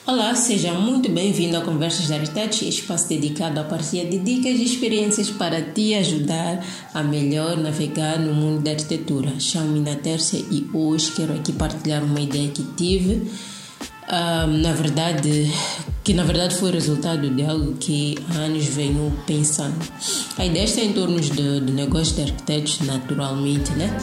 Olá, seja muito bem-vindo a Conversas de Arquitetos, espaço dedicado à partilha de dicas e experiências para te ajudar a melhor navegar no mundo da arquitetura. Chamo-me Ana Tércia e hoje quero aqui partilhar uma ideia que tive, que na verdade foi resultado de algo que há anos venho pensando. A ideia está em torno do negócio de arquitetos, naturalmente, né?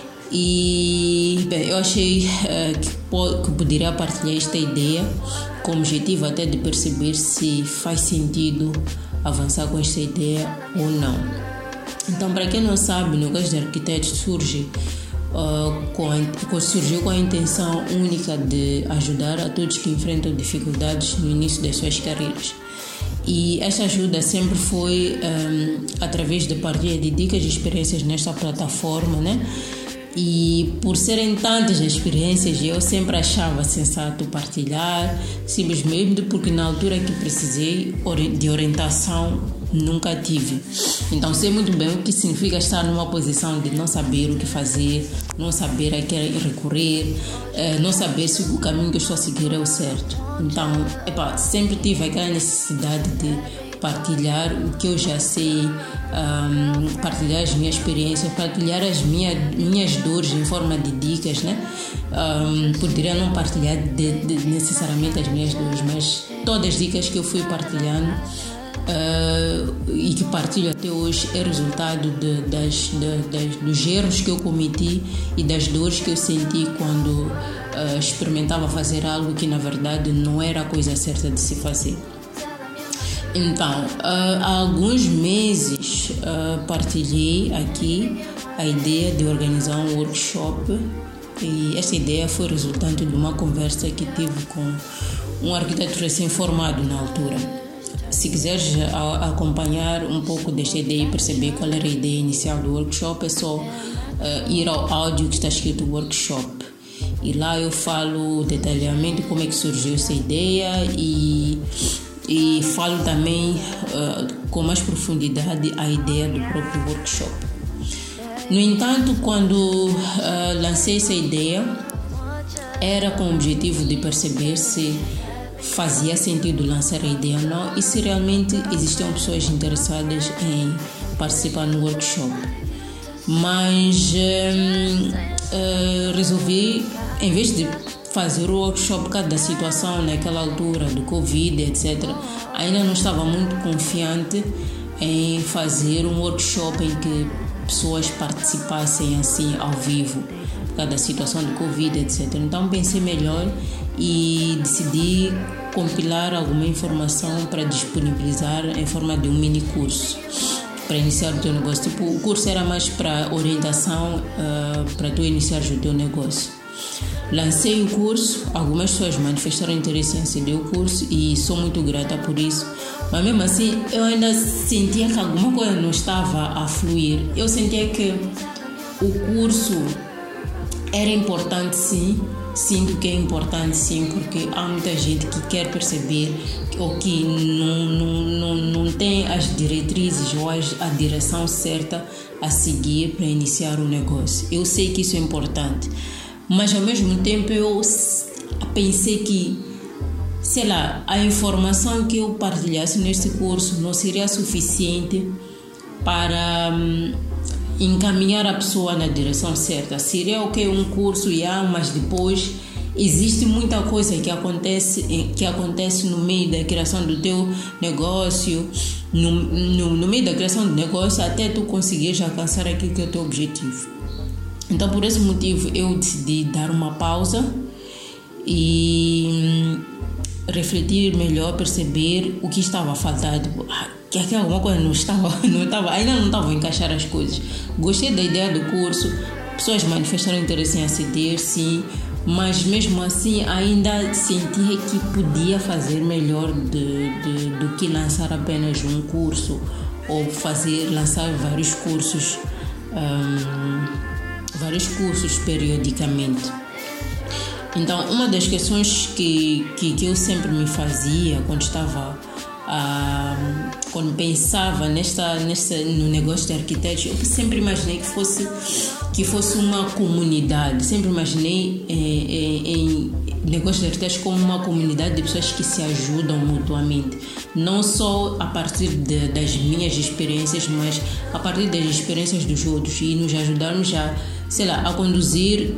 E bem, eu achei que poderia partilhar esta ideia com o objetivo até de perceber se faz sentido avançar com esta ideia ou não. Então, para quem não sabe, o negócio de arquitetos surgiu com a intenção única de ajudar a todos que enfrentam dificuldades no início das suas carreiras. E esta ajuda sempre foi através da partilha de dicas e experiências nesta plataforma, né? E por serem tantas experiências, eu sempre achava sensato partilhar, simplesmente porque na altura que precisei de orientação, nunca tive. Então sei muito bem o que significa estar numa posição de não saber o que fazer, não saber a quem recorrer, não saber se o caminho que eu estou a seguir é o certo. Então, sempre tive aquela necessidade de partilhar o que eu já sei, partilhar as minhas experiências, partilhar as minhas dores em forma de dicas, né? Poderia não partilhar necessariamente as minhas dores, mas todas as dicas que eu fui partilhando e que partilho até hoje é resultado dos erros que eu cometi e das dores que eu senti quando experimentava fazer algo que na verdade não era a coisa certa de se fazer. Então, há alguns meses partilhei aqui a ideia de organizar um workshop e essa ideia foi resultante de uma conversa que tive com um arquiteto recém-formado na altura. Se quiseres acompanhar um pouco desta ideia e perceber qual era a ideia inicial do workshop, é só ir ao áudio que está escrito workshop. E lá eu falo detalhadamente como é que surgiu essa ideia e falo também com mais profundidade a ideia do próprio workshop. No entanto, quando lancei essa ideia, era com o objetivo de perceber se fazia sentido lançar a ideia ou não e se realmente existiam pessoas interessadas em participar no workshop. Mas resolvi, em vez de fazer o workshop por causa da situação naquela altura do Covid, etc. Ainda não estava muito confiante em fazer um workshop em que pessoas participassem assim ao vivo por causa da situação do Covid, etc. Então pensei melhor e decidi compilar alguma informação para disponibilizar em forma de um mini curso para iniciar o teu negócio. Tipo, o curso era mais para orientação para tu iniciares o teu negócio. Lancei o curso, algumas pessoas manifestaram interesse em aceder ao curso e sou muito grata por isso, mas mesmo assim eu ainda sentia que alguma coisa não estava a fluir. Eu sentia que o curso era importante, sim, sinto que é importante, sim, porque há muita gente que quer perceber ou que não tem as diretrizes ou a direção certa a seguir para iniciar o negócio. Eu sei que isso é importante. Mas ao mesmo tempo eu pensei que, a informação que eu partilhasse neste curso não seria suficiente para encaminhar a pessoa na direção certa. Seria um curso, mas depois existe muita coisa que acontece no meio da criação do teu negócio, no meio da criação do negócio até tu conseguires alcançar aquilo que é o teu objetivo. Então, por esse motivo, eu decidi dar uma pausa e refletir melhor, perceber o que estava a faltar. Que alguma coisa ainda não estava a encaixar as coisas. Gostei da ideia do curso, pessoas manifestaram interesse em aceder, sim, mas mesmo assim ainda sentia que podia fazer melhor do que lançar apenas um curso ou lançar vários cursos periodicamente. Então, uma das questões que eu sempre me fazia quando estava quando pensava no negócio de arquitetos, eu sempre imaginei que fosse uma comunidade. Sempre imaginei em negócio de arquitetos como uma comunidade de pessoas que se ajudam mutuamente. Não só a partir das minhas experiências, mas a partir das experiências dos outros, e nos ajudarmos a conduzir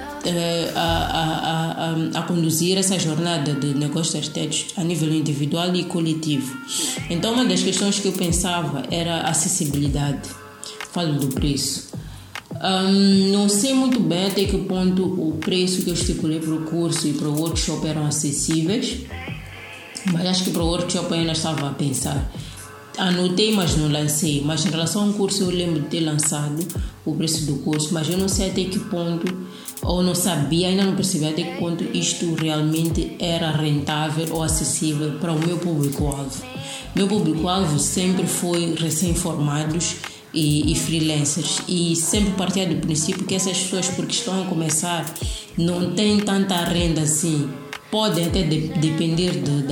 a conduzir essa jornada de negócios de arquitetos a nível individual e coletivo. Então, uma das questões que eu pensava era a acessibilidade. Falo do preço. Não sei muito bem até que ponto o preço que eu estipulei para o curso e para o workshop eram acessíveis, mas acho que para o workshop eu ainda estava a pensar. Anotei, mas não lancei. Mas em relação ao curso, eu lembro de ter lançado o preço do curso, mas eu não sei até que ponto, ou não sabia, ainda não percebi até que ponto isto realmente era rentável ou acessível para o meu público-alvo. Meu público-alvo sempre foi recém-formados e freelancers, e sempre partia do princípio que essas pessoas, porque estão a começar, não têm tanta renda assim. Podem até depender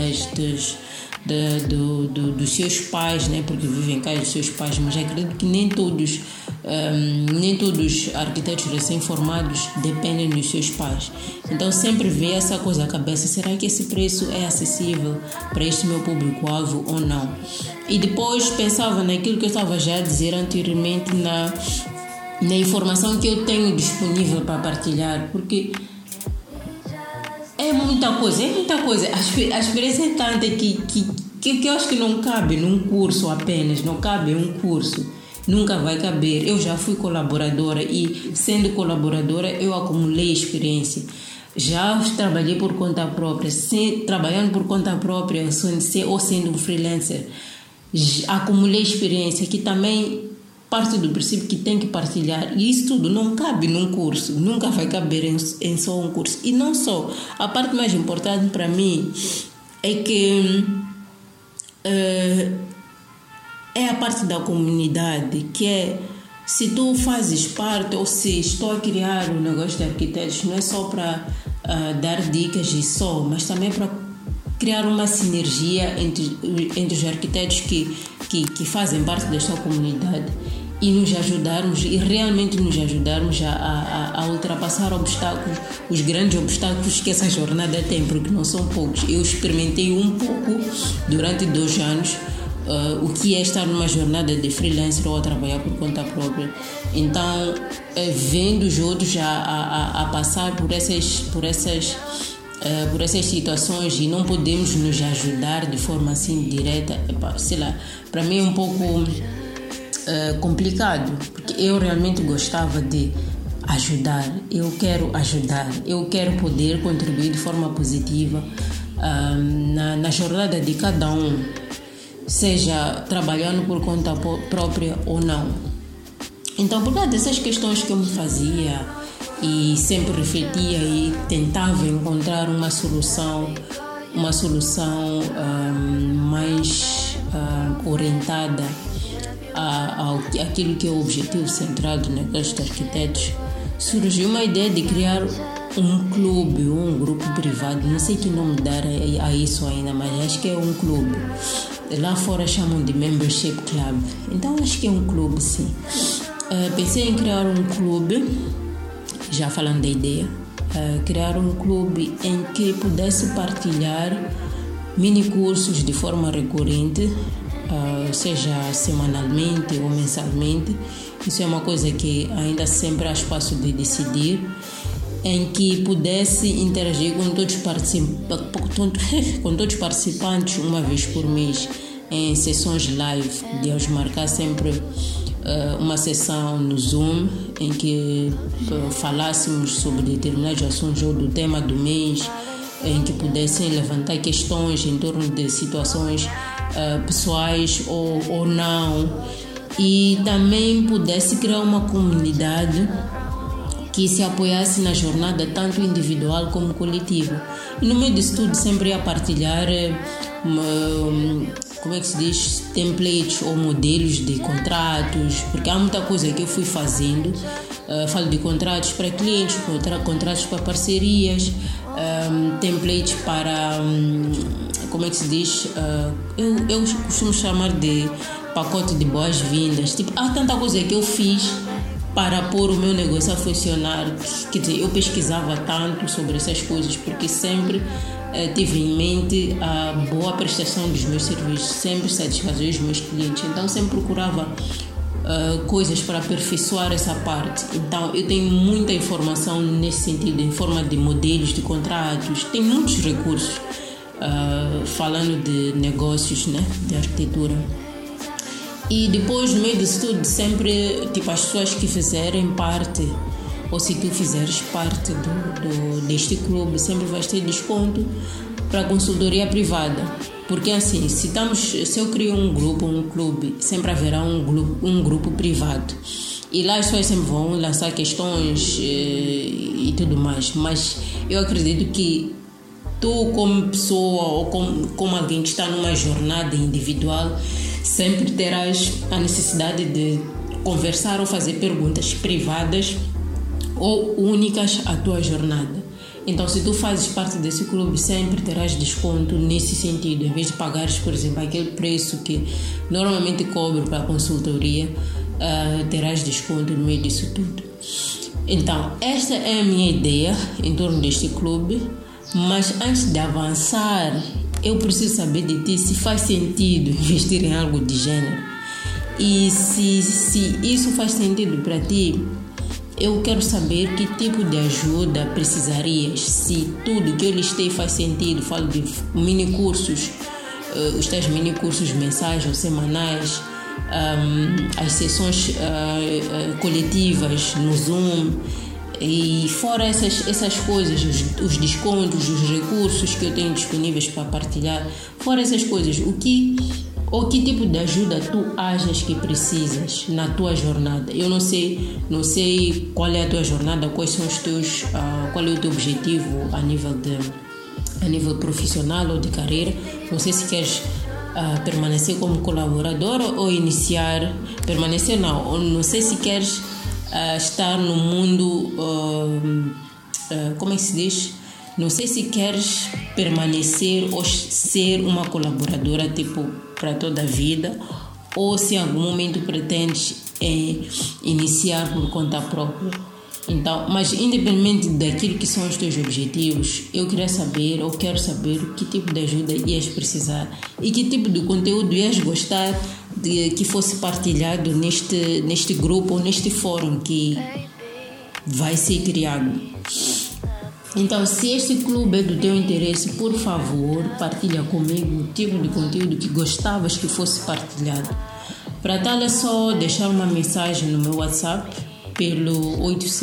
dos seus pais, né? Porque vivem em casa dos seus pais, mas acredito que nem todos arquitetos recém-formados dependem dos seus pais. Então sempre vê essa coisa à cabeça: será que esse preço é acessível para este meu público-alvo ou não? E depois pensava naquilo que eu estava já a dizer anteriormente, na informação que eu tenho disponível para partilhar, porque é muita coisa. A experiência é tanta que eu acho que não cabe num curso apenas, não cabe em um curso, nunca vai caber. Eu já fui colaboradora e, sendo colaboradora, eu acumulei experiência. Já trabalhei por conta própria, trabalhando por conta própria ou sendo um freelancer, acumulei experiência que também parte do princípio que tem que partilhar, e isso tudo não cabe num curso, nunca vai caber em só um curso. E não só, a parte mais importante para mim é que é a parte da comunidade, que é, se tu fazes parte, ou se estou a criar um negócio de arquitetos, não é só para dar dicas e só, mas também para criar uma sinergia entre os arquitetos que fazem parte desta comunidade, e nos ajudarmos, e realmente nos ajudarmos a ultrapassar obstáculos, os grandes obstáculos que essa jornada tem, porque não são poucos. Eu experimentei um pouco durante 2 anos o que é estar numa jornada de freelancer ou a trabalhar por conta própria. Então, vendo os outros a passar por essas situações e não podemos nos ajudar de forma assim direta, para mim é um pouco complicado, porque eu realmente gostava de ajudar, eu quero poder contribuir de forma positiva na jornada de cada um, seja trabalhando por conta própria ou não. Então, por causa dessas questões que eu me fazia e sempre refletia e tentava encontrar uma solução mais orientada àquilo que é o objetivo central do negócio de arquitetos, surgiu uma ideia de criar um clube ou um grupo privado. Não sei que nome dar a isso ainda, mas acho que é um clube. Lá fora chamam de membership club, então acho que é um clube, sim. Pensei em criar um clube, já falando da ideia, criar um clube em que pudesse partilhar mini cursos de forma recorrente, seja semanalmente ou mensalmente. Isso é uma coisa que ainda sempre há espaço de decidir, em que pudesse interagir com todos os participantes uma vez por mês em sessões live. Podíamos marcar sempre uma sessão no Zoom em que falássemos sobre determinados assuntos ou do tema do mês, em que pudessem levantar questões em torno de situações pessoais ou não, e também pudesse criar uma comunidade que se apoiasse na jornada tanto individual como coletiva. E no meio disso tudo sempre ia partilhar templates ou modelos de contratos, porque há muita coisa que eu fui fazendo. Falo de contratos para clientes, contratos para parcerias, templates para como é que se diz? Eu costumo chamar de pacote de boas-vindas. Tipo, há tanta coisa que eu fiz para pôr o meu negócio a funcionar. Quer dizer, eu pesquisava tanto sobre essas coisas porque sempre tive em mente a boa prestação dos meus serviços, sempre satisfazer os meus clientes. Então, sempre procurava coisas para aperfeiçoar essa parte. Então, eu tenho muita informação nesse sentido, em forma de modelos de contratos, tem muitos recursos falando de negócios, né, de arquitetura. E depois, no meio disso tudo, sempre, tipo, as pessoas que fizerem parte, ou se tu fizeres parte deste clube, sempre vais ter desconto para consultoria privada. Porque assim, se eu crio um clube, sempre haverá um grupo privado. E lá as pessoas sempre vão lançar questões e tudo mais. Mas eu acredito que tu, como pessoa ou como alguém que está numa jornada individual, sempre terás a necessidade de conversar ou fazer perguntas privadas ou únicas à tua jornada. Então, se tu fazes parte desse clube, sempre terás desconto nesse sentido. Em vez de pagares, por exemplo, aquele preço que normalmente cobro para a consultoria, terás desconto no meio disso tudo. Então, esta é a minha ideia em torno deste clube. Mas antes de avançar, eu preciso saber de ti se faz sentido investir em algo de gênero. E se isso faz sentido para ti, eu quero saber que tipo de ajuda precisarias. Se tudo que eu listei faz sentido, falo de mini-cursos, os tais mini-cursos mensais ou semanais, as sessões coletivas no Zoom, e fora essas coisas, os descontos, os recursos que eu tenho disponíveis para partilhar, fora essas coisas, que tipo de ajuda tu achas que precisas na tua jornada? Eu não sei qual é a tua jornada, quais são os teus, qual é o teu objetivo a nível profissional ou de carreira. Não sei se queres permanecer como colaborador ou iniciar, permanecer não sei se queres estar no mundo, como é que se diz? Não sei se queres permanecer ou ser uma colaboradora tipo para toda a vida, ou se em algum momento pretendes iniciar por conta própria. Então, mas independente daquilo que são os teus objetivos, eu quero saber que tipo de ajuda ias precisar e que tipo de conteúdo ias gostar de que fosse partilhado neste grupo ou neste fórum que vai ser criado. Então, se este clube é do teu interesse, por favor, partilha comigo o tipo de conteúdo que gostavas que fosse partilhado. Para tal é só deixar uma mensagem no meu WhatsApp pelo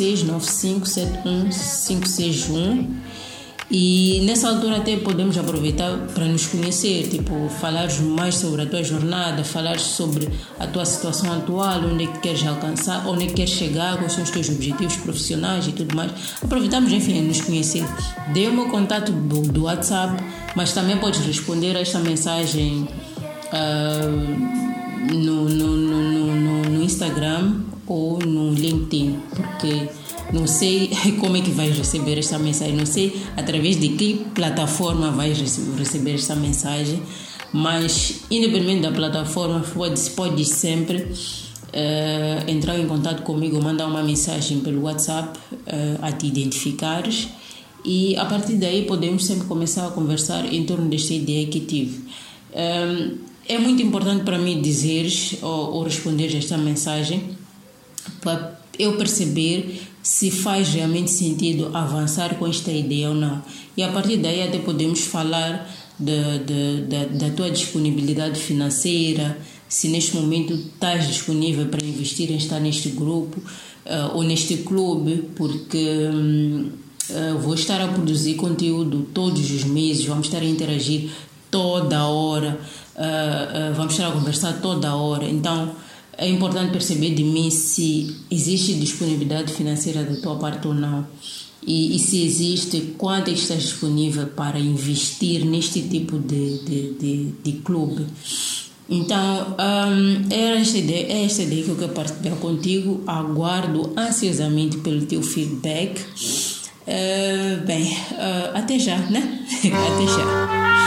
8695715561 e nessa altura até podemos aproveitar para nos conhecer, tipo, falar mais sobre a tua jornada, falar sobre a tua situação atual, onde é que queres alcançar, onde é que queres chegar, quais são os teus objetivos profissionais e tudo mais. Aproveitamos, enfim, a nos conhecer. Dê o meu contato do WhatsApp, mas também podes responder a esta mensagem no Instagram ou no LinkedIn, porque não sei como é que vais receber esta mensagem, não sei através de que plataforma vais receber esta mensagem, mas independente da plataforma, pode sempre entrar em contato comigo, mandar uma mensagem pelo WhatsApp a te identificares, e a partir daí podemos sempre começar a conversar em torno desta ideia que tive. É muito importante para mim dizeres ou responderes esta mensagem para eu perceber se faz realmente sentido avançar com esta ideia ou não. E a partir daí até podemos falar da tua disponibilidade financeira, se neste momento estás disponível para investir em estar neste grupo ou neste clube, porque vou estar a produzir conteúdo todos os meses, vamos estar a interagir toda hora, vamos estar a conversar toda hora. Então é importante perceber de mim se existe disponibilidade financeira da tua parte ou não. E se existe, quanto estás disponível para investir neste tipo de clube. Então, é esta ideia que eu quero partilhar contigo. Aguardo ansiosamente pelo teu feedback. Até já, né? Até já.